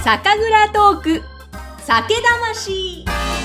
酒蔵トーク酒魂。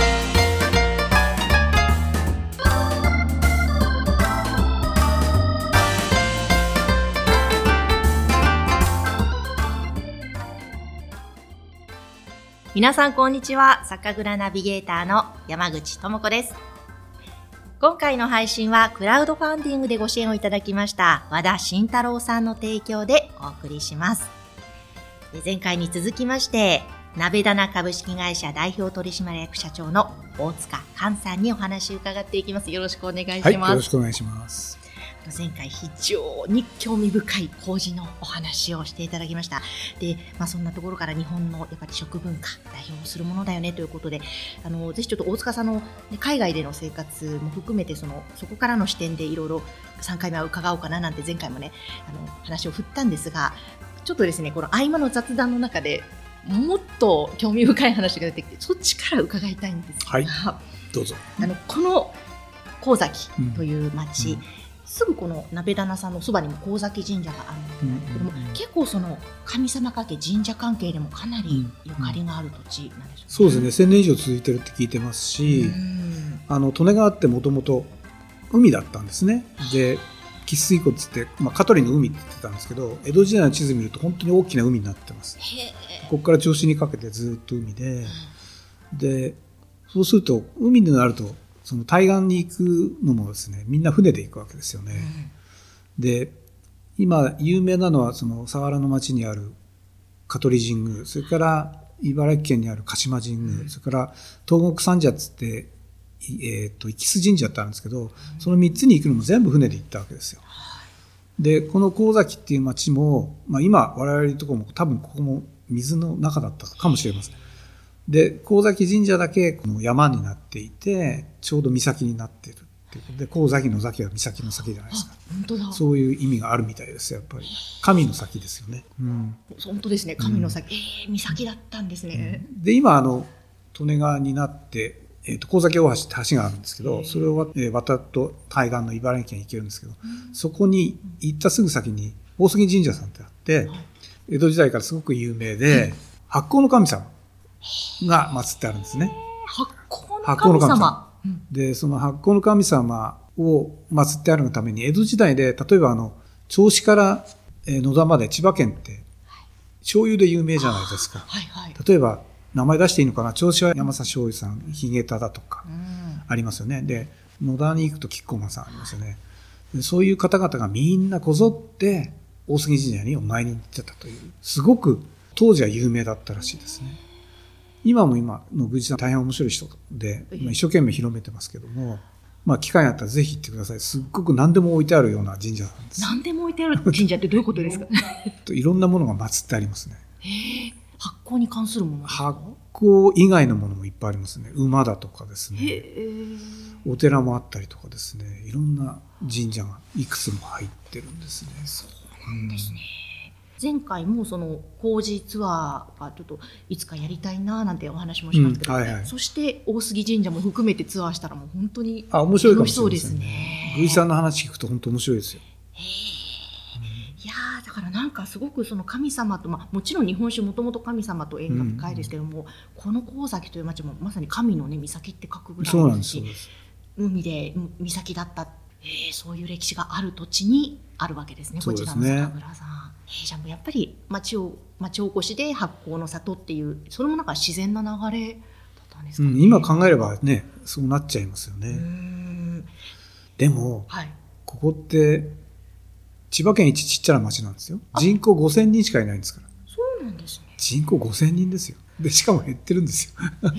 皆さんこんにちは。酒蔵ナビゲーターの山口智子です。今回の配信はクラウドファンディングでご支援をいただきました和田慎太郎さんの提供でお送りします。前回に続きまして鍋棚株式会社代表取締役社長の大塚寛さんにお話を伺っていきます。よろしくお願いします。 はい、よろしくお願いします。 前回非常に興味深い麹のお話をしていただきました。で、そんなところから日本のやっぱり食文化代表するものだよねということで、ぜひちょっと大塚さんの海外での生活も含めてそこからの視点でいろいろ3回目は伺おうかななんて前回もね話を振ったんですが、ちょっとですねこの合間の雑談の中でもっと興味深い話が出てきて、そっちから伺いたいんですが、 はい、どうぞ。 この神崎という町、すぐこの鍋棚さんのそばにも神崎神社があるんですけども、結構その神様関係神社関係でもかなりゆかりがある土地なんでしょうね。 そうですね、1000年以上続いてるって聞いてますし、利根川ってもともと海だったんですね。で汽水湖っつって、香取の海って言ってたんですけど、江戸時代の地図見ると本当に大きな海になってます。ここから銚子にかけてずっと海で、そうすると海になるとその対岸に行くのもですね、みんな船で行くわけですよね。で今有名なのはその佐原の町にある香取神宮、それから茨城県にある鹿島神宮、それから東国三社っつって生須神社ってあるんですけど、その3つに行くのも全部船で行ったわけですよ。でこの神崎っていう町も、今我々いるところも多分ここも水の中だったかもしれません。で神崎神社だけこの山になっていて、ちょうど岬になっているっていうことで、神崎の崎は岬の崎じゃないですか。 本当だ。 そういう意味があるみたいですよ。やっぱり神の崎ですよね。 本当ですね、神の崎、岬だったんですね。 で今利根川になって神崎大橋って橋があるんですけど、それを渡ると対岸の茨城県に行けるんですけど、そこに行ったすぐ先に大杉神社さんってあって、江戸時代からすごく有名で、発酵の神様が祀ってあるんですね。 発酵の神様。 でその発酵の神様を祀ってあるがために、江戸時代で例えば銚子から野田まで千葉県って醤油で有名じゃないですか。例えば名前出していいのかな、銚子は山佐醤油さん、ヒゲタだとかありますよね。で野田に行くとキッコーマンさんありますよね。でそういう方々がみんなこぞって大杉神社にお参りに行ってたという、すごく当時は有名だったらしいですね。今の宮司さん大変面白い人で、一生懸命広めてますけども、機会があったらぜひ行ってください。すっごく何でも置いてあるような神社なんです。 何でも置いてある神社ってどういうことですか？ いろんなものが祀ってありますね。 発酵に関するものですか？ 発酵以外のものもいっぱいありますね。馬だとかですね、お寺もあったりとかですね、いろんな神社がいくつも入ってるんですね。 そうなんですね。前回もその麹ツアーがちょっといつかやりたいななんてお話もしますけど、そして大杉神社も含めてツアーしたらもう本当に面白いかもしれそうませんね。宮司さんの話聞くと本当面白いですよ。 いやだからなんかすごくその神様と、もちろん日本酒もともと神様と縁が深いですけども、この神崎という町もまさに神のね岬って書くぐらいですし、海で岬だった、そういう歴史がある土地にあるわけですね。こちらの酒蔵さん。じゃあもうやっぱり町おこしで発酵の里っていう、それもなんか自然な流れだったんですかね。 今考えればね、そうなっちゃいますよね。でも、ここって千葉県一ちっちゃな町なんですよ。人口5000人しかいないんですから。 そうなんですね。 人口5000人ですよ。でしかも減ってるんですよ。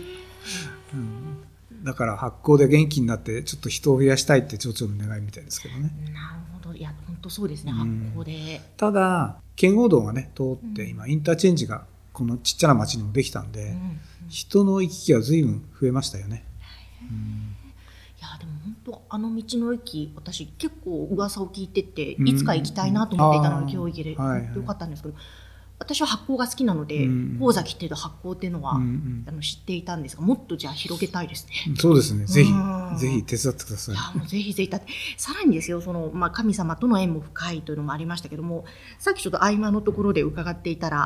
だから発酵で元気になってちょっと人を増やしたいって町長の願いみたいですけどね。 なるほど。いや本当そうですね、発酵で。 ただ圏央道がね通って今インターチェンジがこのちっちゃな町にもできたんで、人の行き来が随分増えましたよね。 いやでも本当道の駅、私結構噂を聞いてて、いつか行きたいなと思っていたので今日行けてよかったんですけど、私は発酵が好きなので、神崎っていう発酵っていうのは、知っていたんですが、もっとじゃあ広げたいですね。 そうですね。ぜひ手伝ってください。 いやもうぜひぜひ。だってさらにですよ、神様との縁も深いというのもありましたけども、さっきちょっと合間のところで伺っていたら、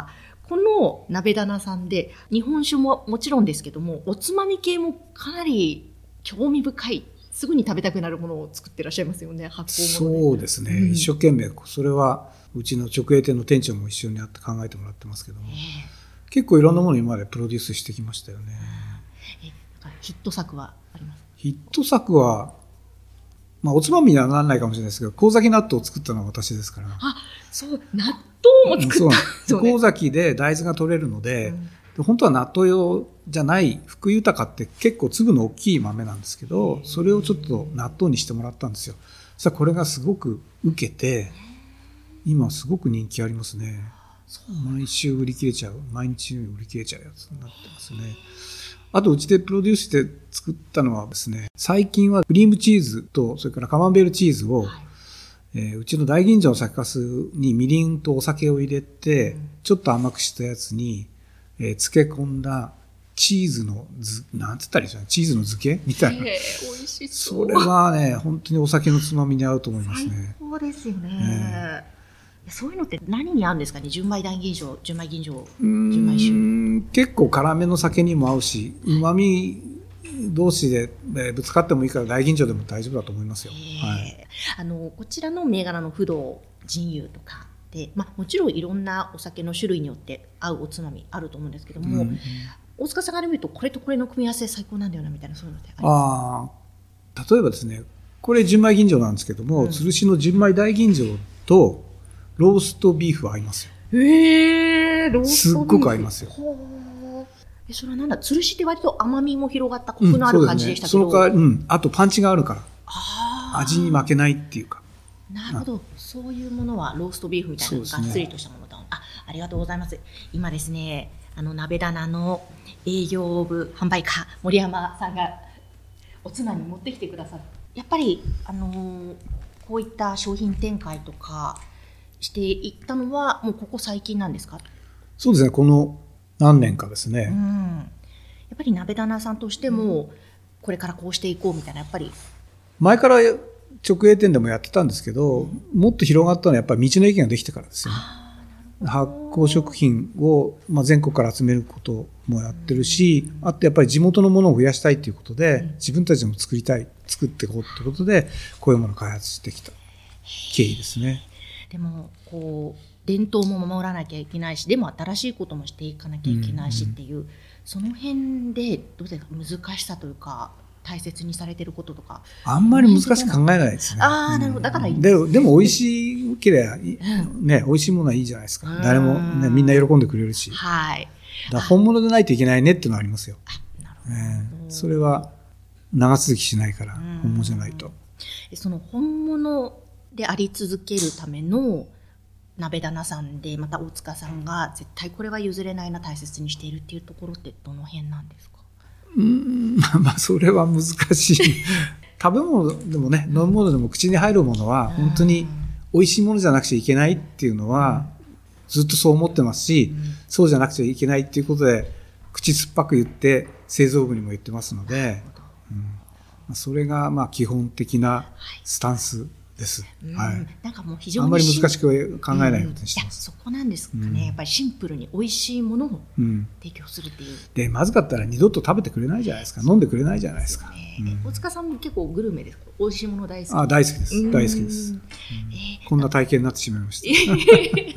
この鍋棚さんで日本酒ももちろんですけども、おつまみ系もかなり興味深い、すぐに食べたくなるものを作ってらっしゃいますよね、発酵物で。 そうですね、一生懸命それはうちの直営店の店長も一緒にやって考えてもらってますけども、結構いろんなものを今までプロデュースしてきましたよね。 ヒット作はありますか？ ヒット作は、おつまみにはならないかもしれないですけど、神崎納豆を作ったのは私ですから。 そう、納豆も作ったんですよね。 神崎で大豆が取れるので、本当は納豆用じゃない福豊って結構粒の大きい豆なんですけど、それをちょっと納豆にしてもらったんですよ。そしたらこれがすごく受けて、今すごく人気ありますね。毎週売り切れちゃう、毎日売り切れちゃうやつになってますね。あとうちでプロデュースして作ったのはですね、最近はクリームチーズとそれからカマンベールチーズを、うちの大吟醸の酒粕にみりんとお酒を入れて、ちょっと甘くしたやつに、漬け込んだチーズのなんつったらいいですかね、チーズの漬けみたいな。 美味しそう。 それはね、本当にお酒のつまみに合うと思いますね。 最高ですよね。そういうのって何に合うんですかね。純米大吟醸、純米吟醸、純米酒。結構辛めの酒にも合うし、旨味同士でぶつかってもいいから大吟醸でも大丈夫だと思いますよ。 こちらの銘柄の不動、神遊とかで、もちろんいろんなお酒の種類によって合うおつまみあると思うんですけども、大塚さんから見るとこれとこれの組み合わせ最高なんだよなみたいな、そういうのってありますか？ 例えばですね、これ純米吟醸なんですけども、鶴子の純米大吟醸とローストビーフは合いますよ。 ローストビーフすっごく合いますよ。 それはなんだ、鶴子って割と甘みも広がったコクのある感じでしたけど、 その代わり、あとパンチがあるから味に負けないっていうか。 なるほど、そういうものはローストビーフみたいながっつりとしたものと、ありがとうございます。今ですね、鍋棚の営業部販売課森山さんがおつまみ持ってきてくださる。やっぱりこういった商品展開とかしていったのはもうここ最近なんですか？ そうですね、この何年かですね。 やっぱり鍋棚さんとしてもこれからこうしていこうみたいな、やっぱり前から直営店でもやってたんですけど、もっと広がったのはやっぱり道の駅ができてからですよね。発酵食品を、全国から集めることもやってるし、あとやっぱり地元のものを増やしたいということで、自分たちでも作っていこうということで、こういうものを開発してきた経緯ですね。 でも伝統も守らなきゃいけないし、でも新しいこともしていかなきゃいけないしっていう、その辺でどうですか、難しさというか大切にされてることとか。 あんまり難しく考えないですね。 なるほど、だからいいでも美味しければね、美味しいものはいいじゃないですか。誰もね、みんな喜んでくれるし。だ本物でないといけないねっていうのはありますよ。それは長続きしないから、本物じゃないと。 その本物であり続けるための鍋棚さんで、また大塚さんが絶対これは譲れないな、大切にしているっていうところってどの辺なんですか？ それは難しい。食べ物でもね、飲み物でも口に入るものは本当に美味しいものじゃなくちゃいけないっていうのはずっとそう思ってますし、そうじゃなくちゃいけないっていうことで口酸っぱく言って製造部にも言ってますので、それが基本的なスタンスです。 なんかもう非常にあんまり難しく考えないようにしてます。 そこなんですかね。やっぱりシンプルに美味しいものを提供するっていう。 で、まずかったら二度と食べてくれないじゃないですか。飲んでくれないじゃないですか。 大塚さんも結構グルメですか？美味しいもの大好き？ 大好きです。大好きです。こんな体験になってしまいました。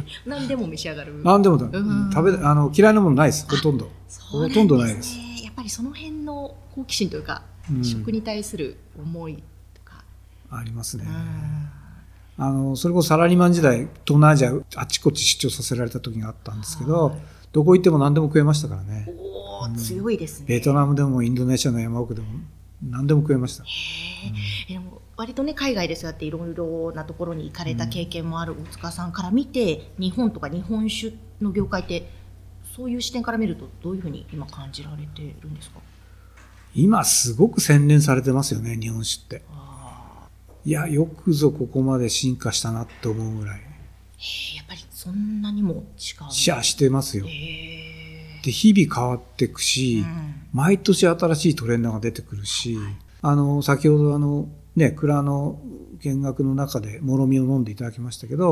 何でも召し上がる。 何でも嫌いなものないです。ほとんどないです。 やっぱりその辺の好奇心というか、食に対する思いとかありますね。それこそサラリーマン時代、東南アジアあちこち出張させられた時があったんですけど、どこ行っても何でも食えましたからね。 強いですね。 ベトナムでもインドネシアの山奥でも何でも食えました。 でも割とね、海外でそうやっていろいろなところに行かれた経験もある大塚さんから見て、日本とか日本酒の業界ってそういう視点から見るとどういうふうに今感じられているんですか？ 今すごく洗練されてますよね、日本酒って。いや、よくぞここまで進化したなって思うぐらい。 やっぱりそんなにも違う？ してますよ。で、日々変わっていくし、毎年新しいトレンドが出てくるし、先ほど蔵の見学の中でもろみを飲んでいただきましたけど、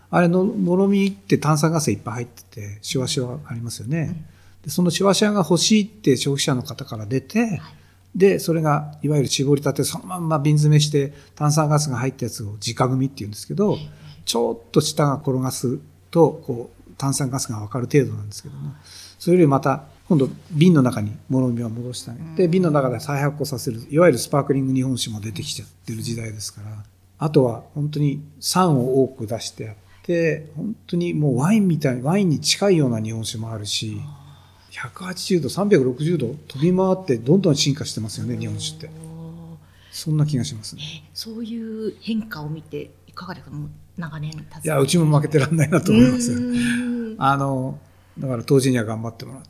あれのもろみって炭酸ガスいっぱい入っててシュワシュワありますよね、でそのシュワシュワが欲しいって消費者の方から出て、でそれがいわゆる絞りたてそのまんま瓶詰めして炭酸ガスが入ったやつを直組みっていうんですけど、ちょっと舌が転がすとこう炭酸ガスが分かる程度なんですけども、それよりまた今度瓶の中にもろみを戻してあげて、瓶の中で再発酵させるいわゆるスパークリング日本酒も出てきちゃってる時代ですから、あとは本当に酸を多く出してやって本当にもうワインみたいにワインに近いような日本酒もあるし、180度360度飛び回ってどんどん進化してますよね日本酒って。そんな気がしますね。 そういう変化を見ていかがですか？もう長年経つ。 いやうちも負けてらんないなと思いますよ。だから当時には頑張ってもらって、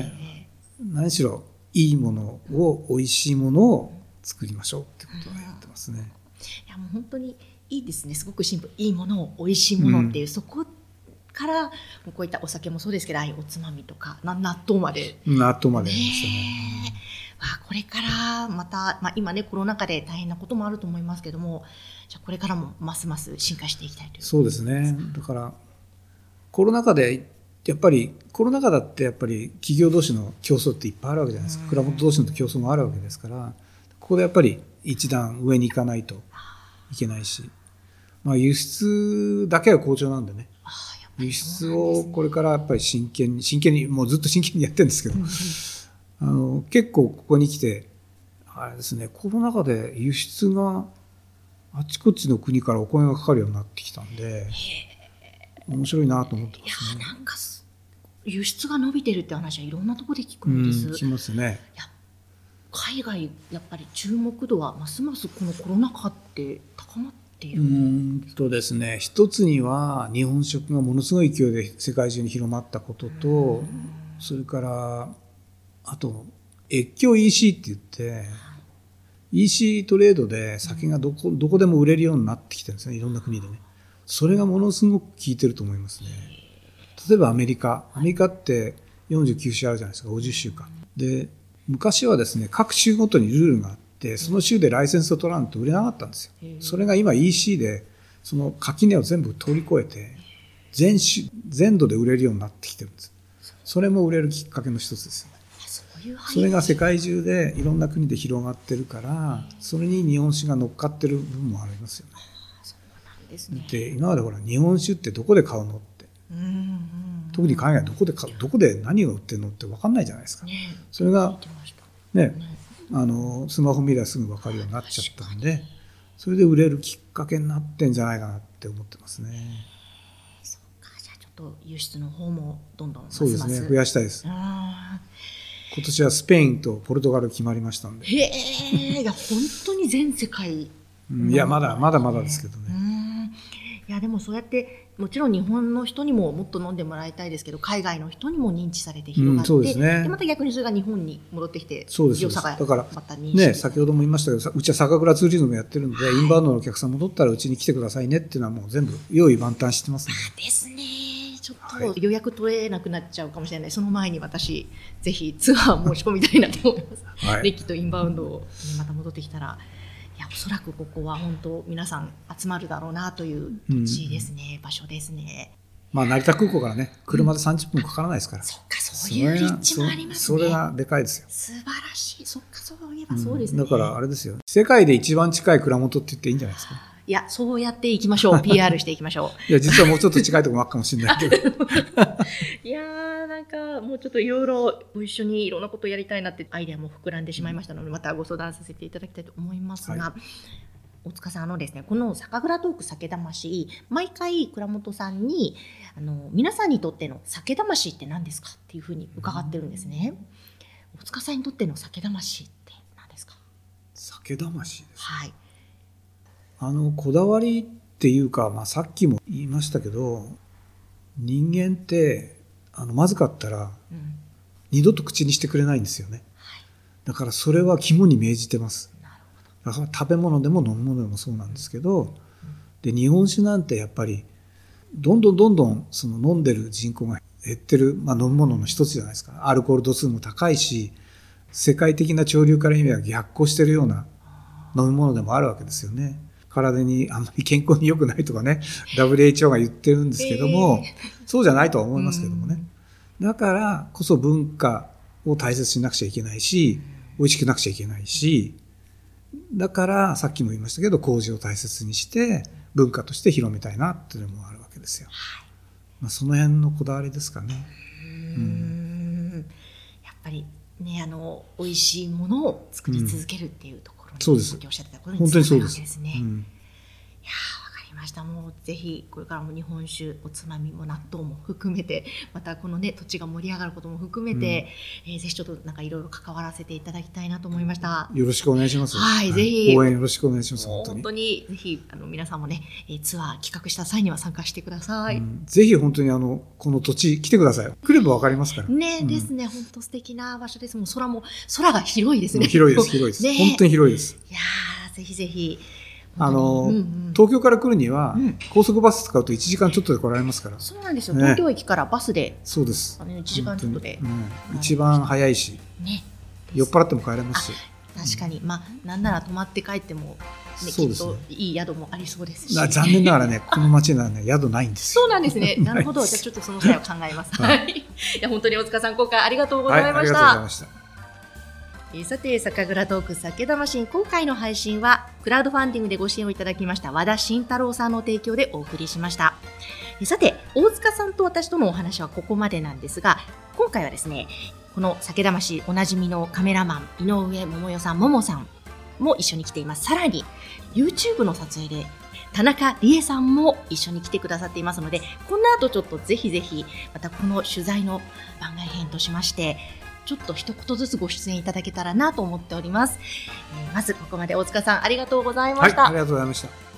何しろいいものを美味しいものを作りましょうってことをやってますね。 いやもう本当にいいですね。すごくシンプル、いいものを美味しいものっていう、そこからこういったお酒もそうですけど、おつまみとか納豆までやりましたね。 これからまた、今ねコロナ禍で大変なこともあると思いますけども、じゃあこれからもますます進化していきたいという。 そうですね。だからコロナ禍でやっぱりコロナ禍だってやっぱり企業同士の競争っていっぱいあるわけじゃないですか。蔵元同士の競争もあるわけですから、ここでやっぱり一段上に行かないといけないし、輸出だけは好調なんでね。輸出をこれからやっぱり真剣にもうずっと真剣にやってるんですけど、結構ここに来てあれですね、コロナ禍で輸出があちこちの国からお声がかかるようになってきたんで、面白いなと思ってますね。 いやなんか輸出が伸びてるって話はいろんなところで聞くんです。 聞きますね。 海外やっぱり注目度はますますこのコロナ禍って高まっている。 ですね、一つには日本食がものすごい勢いで世界中に広まったことと、それからあと越境 EC って言って、EC トレードで酒がどこでも売れるようになってきてるんですね、いろんな国でね。それがものすごく効いてると思いますね。例えばアメリカって49州あるじゃないですか、50州か。で、昔はですね、各州ごとにルールがあって、その州でライセンスを取らないと売れなかったんですよ。それが今 EC で、その垣根を全部通り越えて、全土で売れるようになってきてるんです。それも売れるきっかけの一つですよね。それが世界中でいろんな国で広がってるから、それに日本酒が乗っかってる部分もありますよね。 そうなんですね。 で、今までほら日本酒ってどこで買うのって、特に海外どこで何を売ってるのって分かんないじゃないですか。それがね、スマホ見ればすぐ分かるようになっちゃったんで、それで売れるきっかけになってんじゃないかなって思ってますね。 そうか、じゃあちょっと輸出の方もどんどんそうですね、増やしたいです。今年はスペインとポルトガル決まりましたんで。 いや本当に全世界、 いやまだですけどね。 いやでもそうやってもちろん日本の人にももっと飲んでもらいたいですけど、海外の人にも認知されて広がって、 そうですね、 でまた逆にそれが日本に戻ってきて、 良さがだからね、先ほども言いましたけど、うちは酒蔵ツーリズムやってるので、インバウンドのお客さん戻ったらうちに来てくださいねっていうのはもう全部用意万端してますね。 ですね。ちょっと予約取れなくなっちゃうかもしれない。その前に私ぜひツアー申し込みたいなと思います。レッキとインバウンドを、また戻ってきたら、いやおそらくここは本当皆さん集まるだろうなという土地ですね、場所ですね。 成田空港からね、車で30分かからないですから。 そっか、そういう立地もありますね。 それがでかいですよ。 素晴らしい。そっか、そういえばそうですね。 だからあれですよ、世界で一番近い蔵元って言っていいんじゃないですか。 いや、そうやっていきましょう。PR していきましょう。 いや、実はもうちょっと近いところもあるかもしれないけど。 いやー、なんかもうちょっといろいろご一緒にいろんなことをやりたいなってアイデアも膨らんでしまいましたので、またご相談させていただきたいと思いますが、大塚さんですね、この酒蔵トーク酒魂、毎回蔵元さんに皆さんにとっての酒魂って何ですかっていうふうに伺ってるんですね。大塚さんにとっての酒魂って何ですか？ 酒魂です、 はい、 こだわりっていうか、さっきも言いましたけど、人間ってまずかったら、二度と口にしてくれないんですよね、だからそれは肝に銘じてます。だから食べ物でも飲み物でもそうなんですけど、で日本酒なんてやっぱりどんどんその飲んでる人口が減ってる、飲み物の一つじゃないですか。アルコール度数も高いし、世界的な潮流から見れば逆行してるような飲み物でもあるわけですよね。 体にあんまり健康に良くないとかね、WHO が言ってるんですけども、そうじゃないとは思いますけどもね。だからこそ文化を大切にしなくちゃいけないし、美味しくなくちゃいけないし、だからさっきも言いましたけど、麹を大切にして文化として広めたいなっていうのもあるわけですよ。まあ、その辺のこだわりですかね。 やっぱりね、美味しいものを作り続けるっていうところに、 そうです。 さっきおっしゃってたことにつながるわけですね。いやー、わかりました。もうぜひこれからも日本酒、おつまみも納豆も含めて、またこのね土地が盛り上がることも含めて、ぜひちょっとなんかいろいろ関わらせていただきたいなと思いました。 よろしくお願いします。 はい、ぜひ応援よろしくお願いします。 本当にぜひ皆さんもね、ツアー企画した際には参加してください。 ぜひ本当にこの土地来てください。来ればわかりますからね。ですね。本当素敵な場所です。もう空が広いですね。 広いです。ね、本当に広いです。 いやー、ぜひぜひ。 東京から来るには、高速バス使うと1時間ちょっとで来られますから。 そうなんですよ。東京駅からバスで。 そうです。 1時間ちょっとで。 一番早いし、酔っ払っても帰れますし。 確かに。まあ、なんなら泊まって帰っても、きっといい宿もありそうですし。 残念ながらね、この町にはね、宿ないんですよ。 そうなんですね。なるほど。じゃあちょっとその際を考えます。はい。いや、本当に大塚さん、今回ありがとうございました。ありがとうございました。さて、酒蔵トーク酒魂、今回の配信はクラウドファンディングでご支援をいただきました和田慎太郎さんの提供でお送りしました。さて、大塚さんと私とのお話はここまでなんですが、今回はですね、この酒魂おなじみのカメラマン井上桃代さん、ももさんも一緒に来ています。さらに YouTube の撮影で田中理恵さんも一緒に来てくださっていますので、この後ちょっとぜひぜひまたこの取材の番外編としましてちょっと一言ずつご出演いただけたらなと思っております。まずここまで大塚さんありがとうございました。 はい、ありがとうございました。